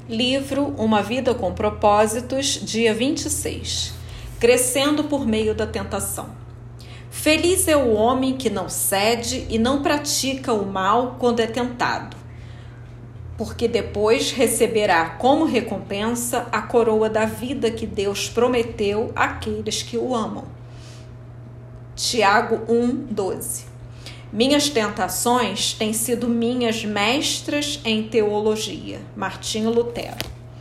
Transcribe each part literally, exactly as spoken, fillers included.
Livro Uma Vida com Propósitos, dia vinte e seis. Crescendo por meio da tentação. Feliz é o homem que não cede e não pratica o mal quando é tentado, porque depois receberá como recompensa a coroa da vida que Deus prometeu àqueles que o amam. Tiago um, doze. Minhas tentações têm sido minhas mestras em teologia. Martinho Lutero.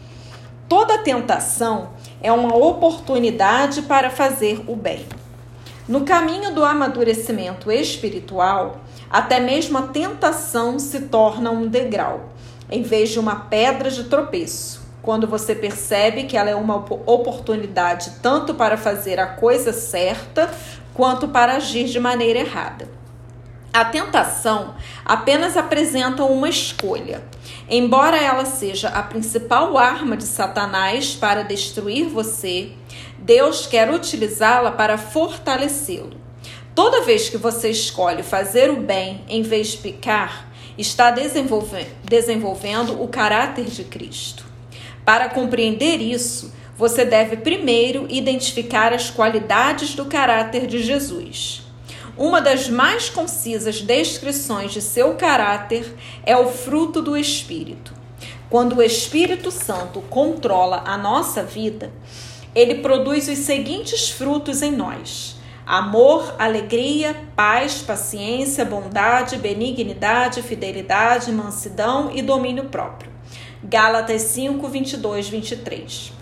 Toda tentação é uma oportunidade para fazer o bem. No caminho do amadurecimento espiritual, até mesmo a tentação se torna um degrau, em vez de uma pedra de tropeço, quando você percebe que ela é uma oportunidade tanto para fazer a coisa certa, quanto para agir de maneira errada. A tentação apenas apresenta uma escolha. Embora ela seja a principal arma de Satanás para destruir você, Deus quer utilizá-la para fortalecê-lo. Toda vez que você escolhe fazer o bem em vez de pecar, está desenvolve- desenvolvendo o caráter de Cristo. Para compreender isso, você deve primeiro identificar as qualidades do caráter de Jesus. Uma das mais concisas descrições de seu caráter é o fruto do Espírito. Quando o Espírito Santo controla a nossa vida, ele produz os seguintes frutos em nós: amor, alegria, paz, paciência, bondade, benignidade, fidelidade, mansidão e domínio próprio. Gálatas cinco, vinte e dois, vinte e três.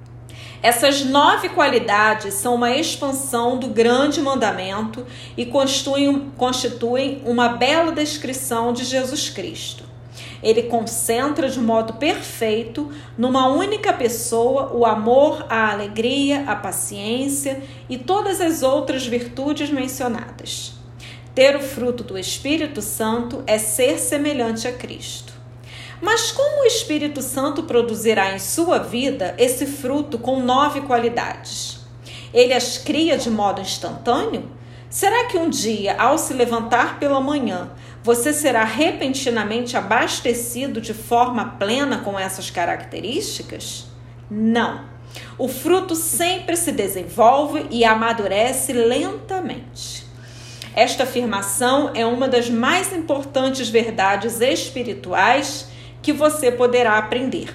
Essas nove qualidades são uma expansão do grande mandamento e constituem, constituem uma bela descrição de Jesus Cristo. Ele concentra de modo perfeito, numa única pessoa, o amor, a alegria, a paciência e todas as outras virtudes mencionadas. Ter o fruto do Espírito Santo é ser semelhante a Cristo. Mas como o Espírito Santo produzirá em sua vida esse fruto com nove qualidades? Ele as cria de modo instantâneo? Será que um dia, ao se levantar pela manhã, você será repentinamente abastecido de forma plena com essas características? Não. O fruto sempre se desenvolve e amadurece lentamente. Esta afirmação é uma das mais importantes verdades espirituais que você poderá aprender.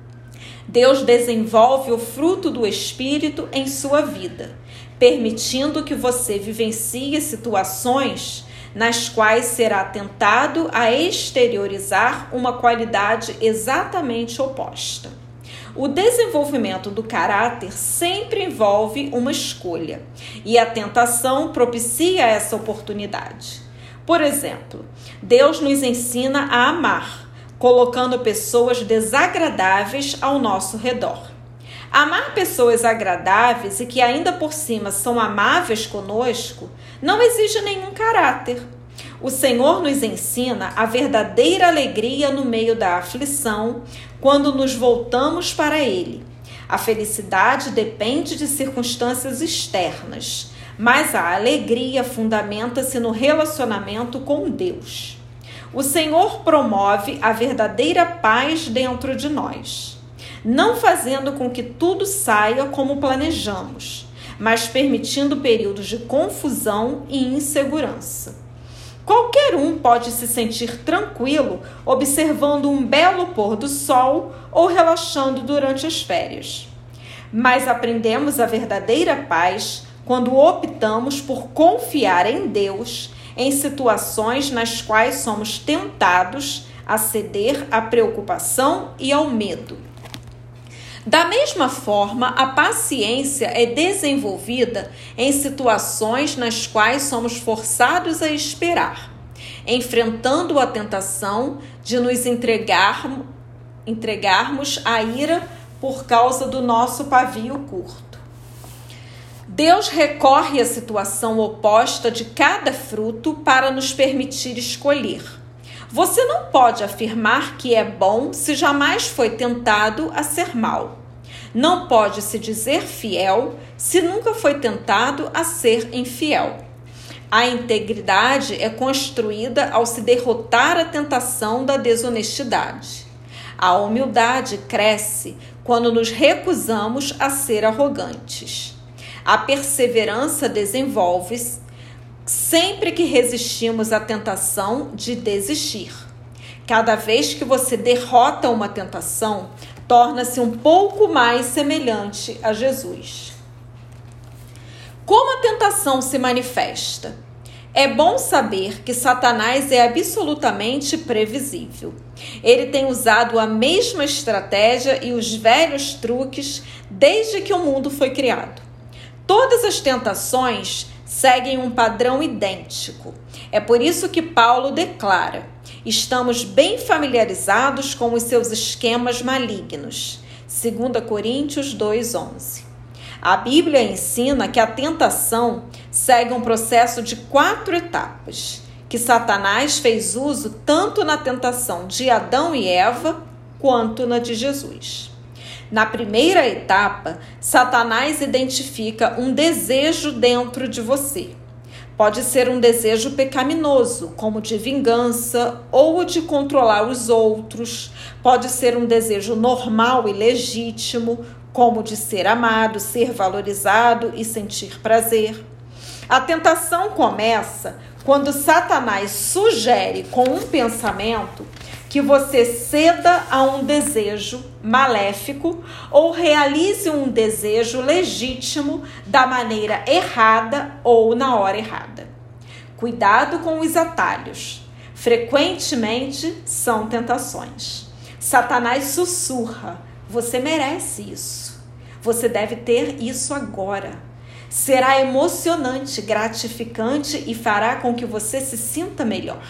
Deus desenvolve o fruto do Espírito em sua vida, permitindo que você vivencie situações nas quais será tentado a exteriorizar uma qualidade exatamente oposta. O desenvolvimento do caráter sempre envolve uma escolha, e a tentação propicia essa oportunidade. Por exemplo, Deus nos ensina a amar, colocando pessoas desagradáveis ao nosso redor. Amar pessoas agradáveis e que ainda por cima são amáveis conosco não exige nenhum caráter. O Senhor nos ensina a verdadeira alegria no meio da aflição quando nos voltamos para Ele. A felicidade depende de circunstâncias externas, mas a alegria fundamenta-se no relacionamento com Deus. O Senhor promove a verdadeira paz dentro de nós, não fazendo com que tudo saia como planejamos, mas permitindo períodos de confusão e insegurança. Qualquer um pode se sentir tranquilo observando um belo pôr do sol ou relaxando durante as férias. Mas aprendemos a verdadeira paz quando optamos por confiar em Deus em situações nas quais somos tentados a ceder à preocupação e ao medo. Da mesma forma, a paciência é desenvolvida em situações nas quais somos forçados a esperar, enfrentando a tentação de nos entregar, entregarmos à ira por causa do nosso pavio curto. Deus recorre à situação oposta de cada fruto para nos permitir escolher. Você não pode afirmar que é bom se jamais foi tentado a ser mal. Não pode se dizer fiel se nunca foi tentado a ser infiel. A integridade é construída ao se derrotar a tentação da desonestidade. A humildade cresce quando nos recusamos a ser arrogantes. A perseverança desenvolve-se sempre que resistimos à tentação de desistir. Cada vez que você derrota uma tentação, torna-se um pouco mais semelhante a Jesus. Como a tentação se manifesta? É bom saber que Satanás é absolutamente previsível. Ele tem usado a mesma estratégia e os velhos truques desde que o mundo foi criado. Todas as tentações seguem um padrão idêntico. É por isso que Paulo declara: estamos bem familiarizados com os seus esquemas malignos. Segunda Coríntios dois, onze. A Bíblia ensina que a tentação segue um processo de quatro etapas, que Satanás fez uso tanto na tentação de Adão e Eva, quanto na de Jesus. Na primeira etapa, Satanás identifica um desejo dentro de você. Pode ser um desejo pecaminoso, como de vingança ou de controlar os outros. Pode ser um desejo normal e legítimo, como de ser amado, ser valorizado e sentir prazer. A tentação começa quando Satanás sugere com um pensamento que você ceda a um desejo maléfico ou realize um desejo legítimo da maneira errada ou na hora errada. Cuidado com os atalhos. Frequentemente são tentações. Satanás sussurra: você merece isso. Você deve ter isso agora. Será emocionante, gratificante e fará com que você se sinta melhor.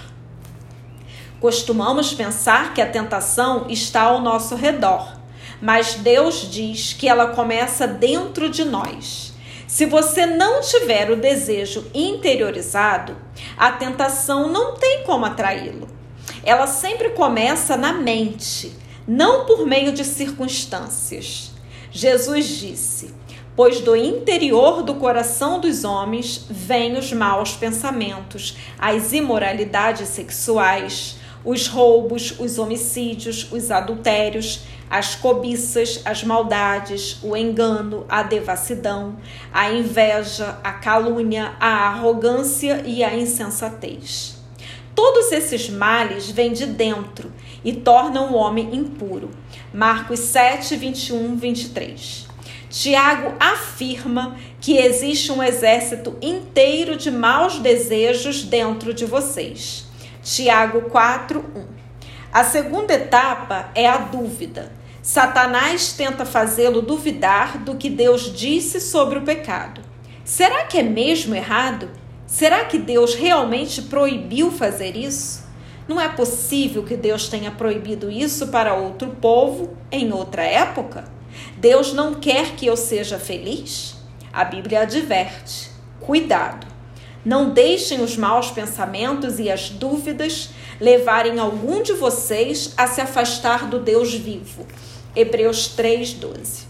Costumamos pensar que a tentação está ao nosso redor, mas Deus diz que ela começa dentro de nós. Se você não tiver o desejo interiorizado, a tentação não tem como atraí-lo. Ela sempre começa na mente, não por meio de circunstâncias. Jesus disse: pois do interior do coração dos homens vêm os maus pensamentos, as imoralidades sexuais, os roubos, os homicídios, os adultérios, as cobiças, as maldades, o engano, a devassidão, a inveja, a calúnia, a arrogância e a insensatez. Todos esses males vêm de dentro e tornam o homem impuro. Marcos sete, vinte e um, vinte e três. Tiago afirma que existe um exército inteiro de maus desejos dentro de vocês. Tiago quatro, um. A segunda etapa é a dúvida. Satanás tenta fazê-lo duvidar do que Deus disse sobre o pecado. Será que é mesmo errado? Será que Deus realmente proibiu fazer isso? Não é possível que Deus tenha proibido isso para outro povo em outra época? Deus não quer que eu seja feliz? A Bíblia adverte: cuidado. Não deixem os maus pensamentos e as dúvidas levarem algum de vocês a se afastar do Deus vivo. Hebreus três, doze.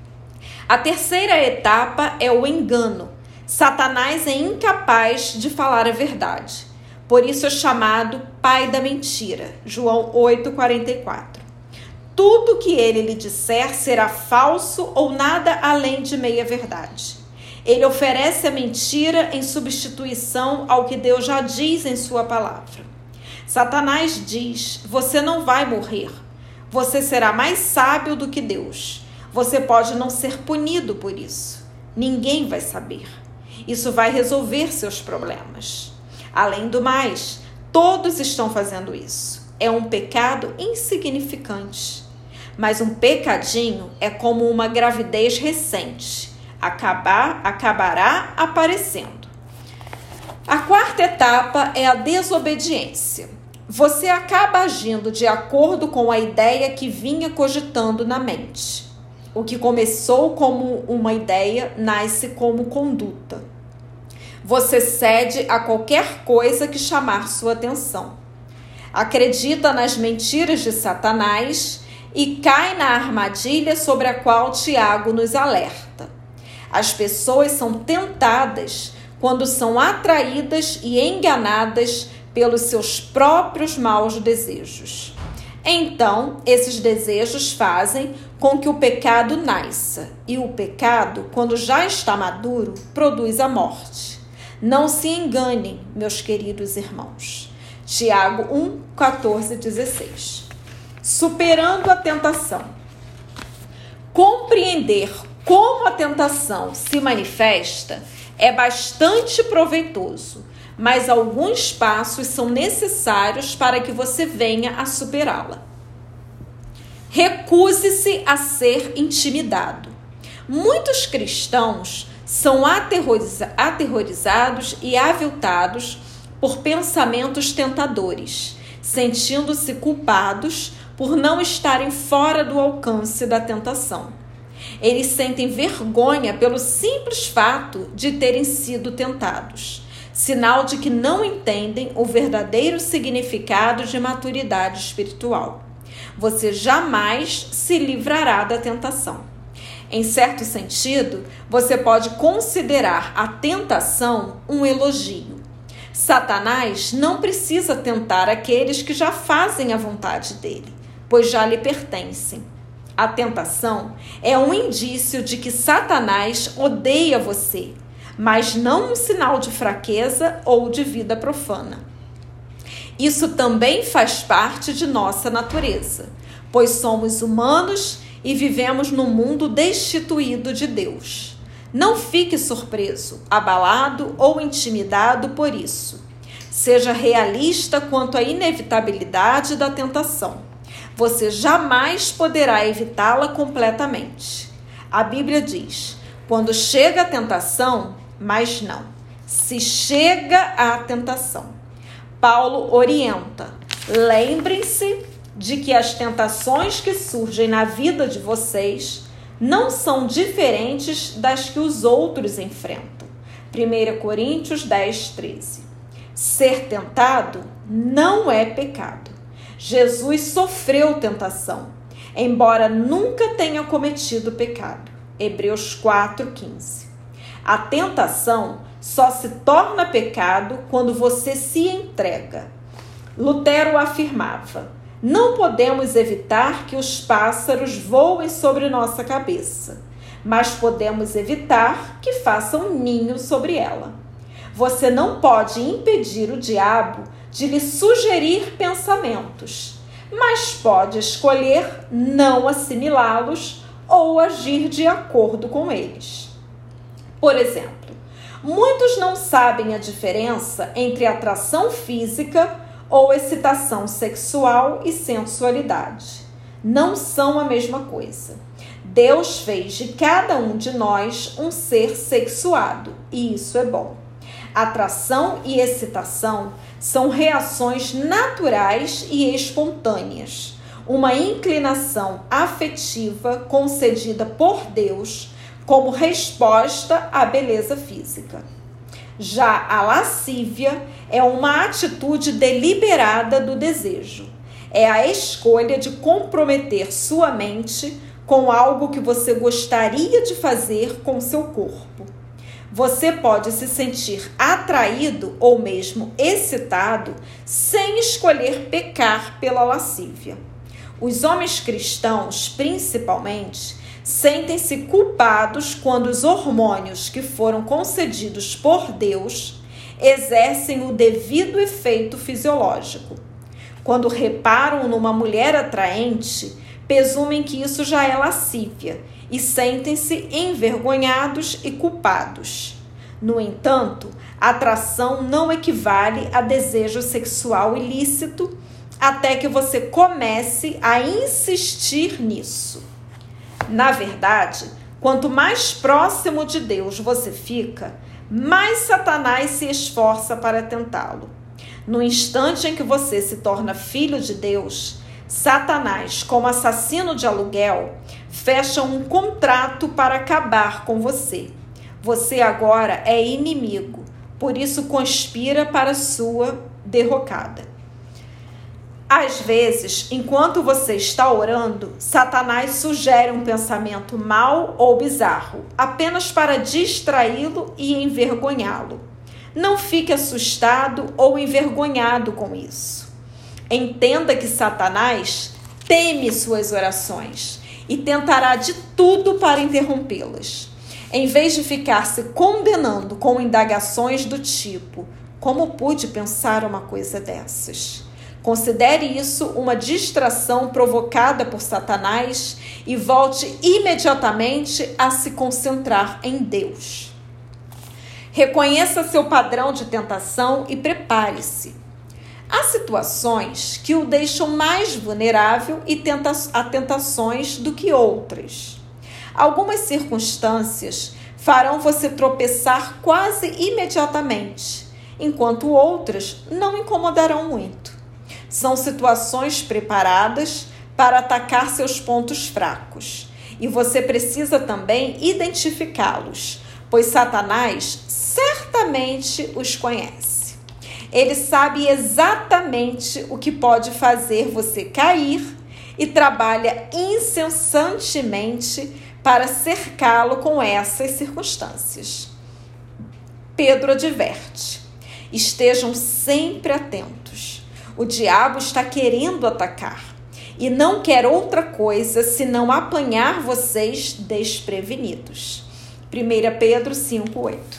A terceira etapa é o engano. Satanás é incapaz de falar a verdade. Por isso é chamado pai da mentira. João oito, quarenta e quatro. Tudo que ele lhe disser será falso ou nada além de meia verdade. Ele oferece a mentira em substituição ao que Deus já diz em sua palavra. Satanás diz: você não vai morrer. Você será mais sábio do que Deus. Você pode não ser punido por isso. Ninguém vai saber. Isso vai resolver seus problemas. Além do mais, todos estão fazendo isso. É um pecado insignificante. Mas um pecadinho é como uma gravidez recente. Acabar, acabará aparecendo. A quarta etapa é a desobediência. Você acaba agindo de acordo com a ideia que vinha cogitando na mente. O que começou como uma ideia nasce como conduta. Você cede a qualquer coisa que chamar sua atenção. Acredita nas mentiras de Satanás e cai na armadilha sobre a qual Tiago nos alerta. As pessoas são tentadas quando são atraídas e enganadas pelos seus próprios maus desejos. Então, esses desejos fazem com que o pecado nasça, e o pecado, quando já está maduro, produz a morte. Não se enganem, meus queridos irmãos. Tiago um, quatorze e dezesseis. Superando a tentação. Compreender como a tentação se manifesta é bastante proveitoso, mas alguns passos são necessários para que você venha a superá-la. Recuse-se a ser intimidado. Muitos cristãos são aterroriza- aterrorizados e aviltados por pensamentos tentadores, sentindo-se culpados por não estarem fora do alcance da tentação. Eles sentem vergonha pelo simples fato de terem sido tentados, sinal de que não entendem o verdadeiro significado de maturidade espiritual. Você jamais se livrará da tentação. Em certo sentido, você pode considerar a tentação um elogio. Satanás não precisa tentar aqueles que já fazem a vontade dele, pois já lhe pertencem. A tentação é um indício de que Satanás odeia você, mas não um sinal de fraqueza ou de vida profana. Isso também faz parte de nossa natureza, pois somos humanos e vivemos num mundo destituído de Deus. Não fique surpreso, abalado ou intimidado por isso. Seja realista quanto à inevitabilidade da tentação. Você jamais poderá evitá-la completamente. A Bíblia diz: quando chega a tentação, mas não. Se chega à tentação. Paulo orienta: lembrem-se de que as tentações que surgem na vida de vocês não são diferentes das que os outros enfrentam. primeira Coríntios dez, treze. Ser tentado não é pecado. Jesus sofreu tentação, embora nunca tenha cometido pecado. Hebreus quatro, quinze. A tentação só se torna pecado quando você se entrega. Lutero afirmava: não podemos evitar que os pássaros voem sobre nossa cabeça, mas podemos evitar que façam um ninho sobre ela. Você não pode impedir o diabo de lhe sugerir pensamentos, mas pode escolher não assimilá-los ou agir de acordo com eles. Por exemplo, muitos não sabem a diferença entre atração física ou excitação sexual e sensualidade. Não são a mesma coisa. Deus fez de cada um de nós um ser sexuado, e isso é bom. Atração e excitação são reações naturais e espontâneas, uma inclinação afetiva concedida por Deus como resposta à beleza física. Já a lascívia é uma atitude deliberada do desejo. É a escolha de comprometer sua mente com algo que você gostaria de fazer com seu corpo. Você pode se sentir atraído ou mesmo excitado sem escolher pecar pela lascívia. Os homens cristãos, principalmente, sentem-se culpados quando os hormônios que foram concedidos por Deus exercem o devido efeito fisiológico. Quando reparam numa mulher atraente, presumem que isso já é lascívia e sentem-se envergonhados e culpados. No entanto, atração não equivale a desejo sexual ilícito até que você comece a insistir nisso. Na verdade, quanto mais próximo de Deus você fica, mais Satanás se esforça para tentá-lo. No instante em que você se torna filho de Deus, Satanás, como assassino de aluguel, fecha um contrato para acabar com você. Você agora é inimigo, por isso conspira para sua derrocada. Às vezes, enquanto você está orando, Satanás sugere um pensamento mau ou bizarro, apenas para distraí-lo e envergonhá-lo. Não fique assustado ou envergonhado com isso. Entenda que Satanás teme suas orações e tentará de tudo para interrompê-las. Em vez de ficar se condenando com indagações do tipo: como pude pensar uma coisa dessas? Considere isso uma distração provocada por Satanás e volte imediatamente a se concentrar em Deus. Reconheça seu padrão de tentação e prepare-se. Há situações que o deixam mais vulnerável a tentações do que outras. Algumas circunstâncias farão você tropeçar quase imediatamente, enquanto outras não incomodarão muito. São situações preparadas para atacar seus pontos fracos, e você precisa também identificá-los, pois Satanás certamente os conhece. Ele sabe exatamente o que pode fazer você cair e trabalha incessantemente para cercá-lo com essas circunstâncias. Pedro adverte: estejam sempre atentos. O diabo está querendo atacar e não quer outra coisa senão apanhar vocês desprevenidos. primeira Pedro cinco, oito.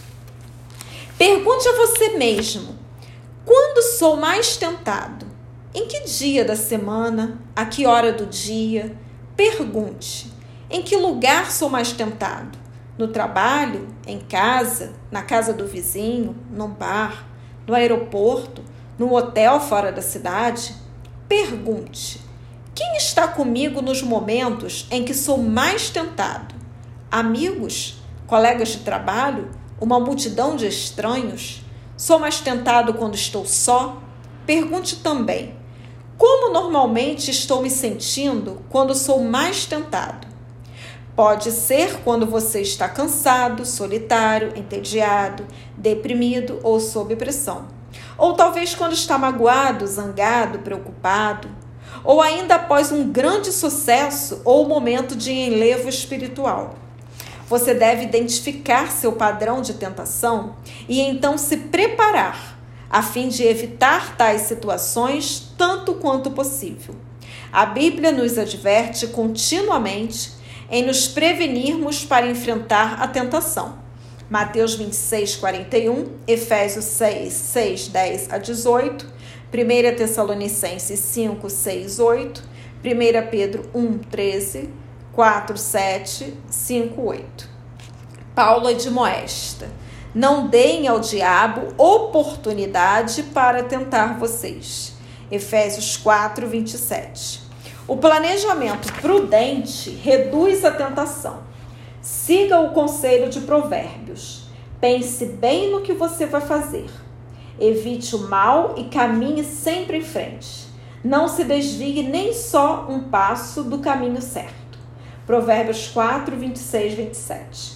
Pergunte a você mesmo: quando sou mais tentado? Em que dia da semana? A que hora do dia? Pergunte: em que lugar sou mais tentado? No trabalho? Em casa? Na casa do vizinho? Num bar? No aeroporto? No hotel fora da cidade? Pergunte: quem está comigo nos momentos em que sou mais tentado? Amigos? Colegas de trabalho? Uma multidão de estranhos? Sou mais tentado quando estou só? Pergunte também: como normalmente estou me sentindo quando sou mais tentado? Pode ser quando você está cansado, solitário, entediado, deprimido ou sob pressão. Ou talvez quando está magoado, zangado, preocupado. Ou ainda após um grande sucesso ou momento de enlevo espiritual. Você deve identificar seu padrão de tentação e então se preparar, a fim de evitar tais situações tanto quanto possível. A Bíblia nos adverte continuamente em nos prevenirmos para enfrentar a tentação. Mateus vinte e seis, quarenta e um, Efésios seis, seis, dez a dezoito, primeira Tessalonicenses cinco, seis, oito, primeira Pedro um, treze, quatro, sete, cinco, oito. Paulo admoesta: não deem ao diabo oportunidade para tentar vocês. Efésios quatro, vinte e sete. O planejamento prudente reduz a tentação. Siga o conselho de Provérbios. Pense bem no que você vai fazer. Evite o mal e caminhe sempre em frente. Não se desvie nem só um passo do caminho certo. Provérbios quatro, vinte e seis, vinte e sete.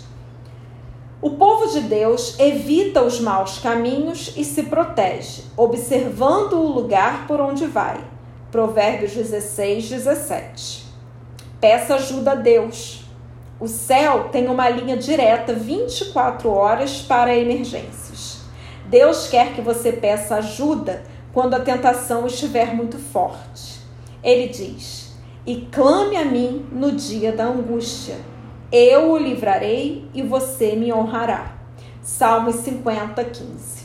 O povo de Deus evita os maus caminhos e se protege, observando o lugar por onde vai. Provérbios dezesseis, dezessete. Peça ajuda a Deus. O céu tem uma linha direta vinte e quatro horas para emergências. Deus quer que você peça ajuda quando a tentação estiver muito forte. Ele diz: e clame a mim no dia da angústia. Eu o livrarei e você me honrará. Salmos cinquenta, quinze.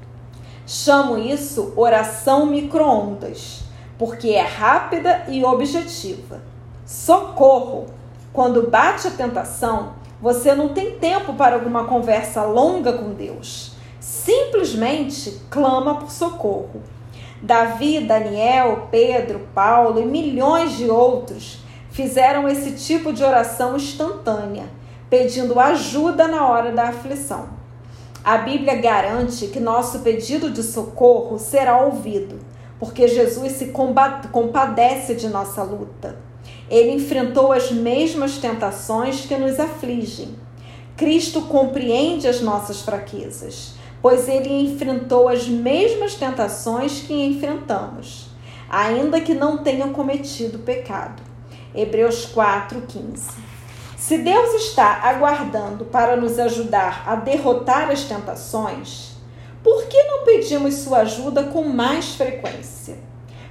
Chamo isso oração micro-ondas, porque é rápida e objetiva. Socorro! Quando bate a tentação, você não tem tempo para alguma conversa longa com Deus. Simplesmente clama por socorro. Davi, Daniel, Pedro, Paulo e milhões de outros fizeram esse tipo de oração instantânea, pedindo ajuda na hora da aflição. A Bíblia garante que nosso pedido de socorro será ouvido, porque Jesus se compadece de nossa luta. Ele enfrentou as mesmas tentações que nos afligem. Cristo compreende as nossas fraquezas, pois ele enfrentou as mesmas tentações que enfrentamos, ainda que não tenha cometido pecado. Hebreus quatro, quinze. Se Deus está aguardando para nos ajudar a derrotar as tentações, por que não pedimos sua ajuda com mais frequência?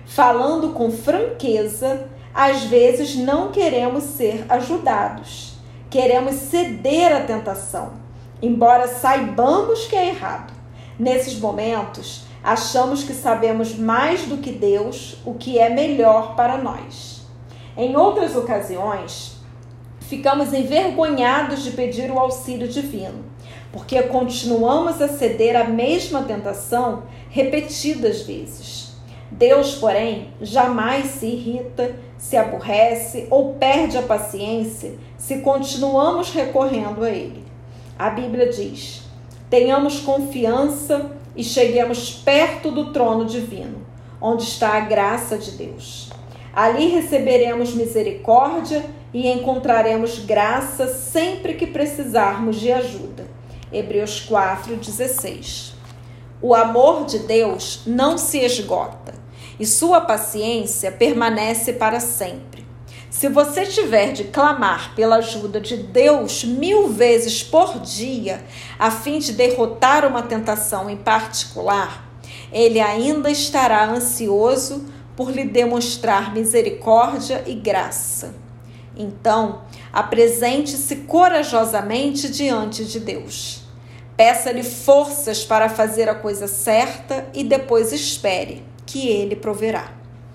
Falando com franqueza, às vezes não queremos ser ajudados. Queremos ceder à tentação, embora saibamos que é errado. Nesses momentos, achamos que sabemos mais do que Deus o que é melhor para nós. Em outras ocasiões, ficamos envergonhados de pedir o auxílio divino, porque continuamos a ceder à mesma tentação repetidas vezes. Deus, porém, jamais se irrita, se aborrece ou perde a paciência se continuamos recorrendo a Ele. A Bíblia diz: tenhamos confiança e cheguemos perto do trono divino, onde está a graça de Deus. Ali receberemos misericórdia e encontraremos graça sempre que precisarmos de ajuda. Hebreus quatro, dezesseis. O amor de Deus não se esgota e sua paciência permanece para sempre. Se você tiver de clamar pela ajuda de Deus mil vezes por dia, a fim de derrotar uma tentação em particular, Ele ainda estará ansioso por lhe demonstrar misericórdia e graça. Então, apresente-se corajosamente diante de Deus. Peça-lhe forças para fazer a coisa certa e depois espere, que Ele proverá.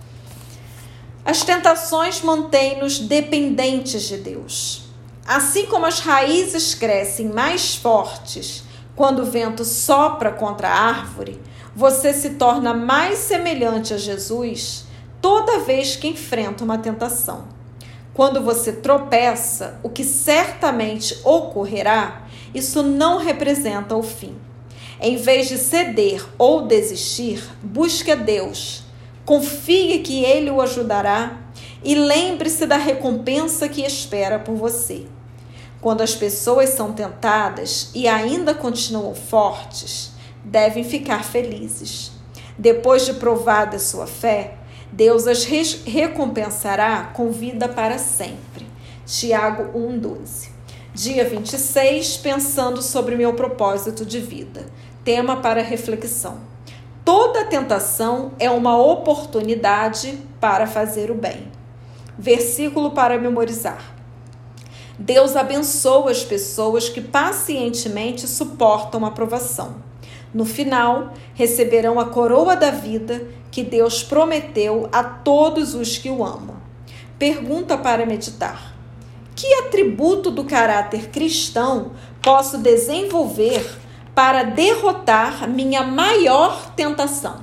As tentações mantêm-nos dependentes de Deus. Assim como as raízes crescem mais fortes quando o vento sopra contra a árvore, você se torna mais semelhante a Jesus toda vez que enfrenta uma tentação. Quando você tropeça, o que certamente ocorrerá, isso não representa o fim. Em vez de ceder ou desistir, busque a Deus. Confie que Ele o ajudará e lembre-se da recompensa que espera por você. Quando as pessoas são tentadas e ainda continuam fortes, devem ficar felizes. Depois de provada sua fé, Deus as recompensará com vida para sempre. Tiago um, doze. Dia vinte e seis, pensando sobre meu propósito de vida. Tema para reflexão. Toda tentação é uma oportunidade para fazer o bem. Versículo para memorizar. Deus abençoa as pessoas que pacientemente suportam a provação. No final, receberão a coroa da vida que Deus prometeu a todos os que o amam. Pergunta para meditar. Que atributo do caráter cristão posso desenvolver para derrotar minha maior tentação?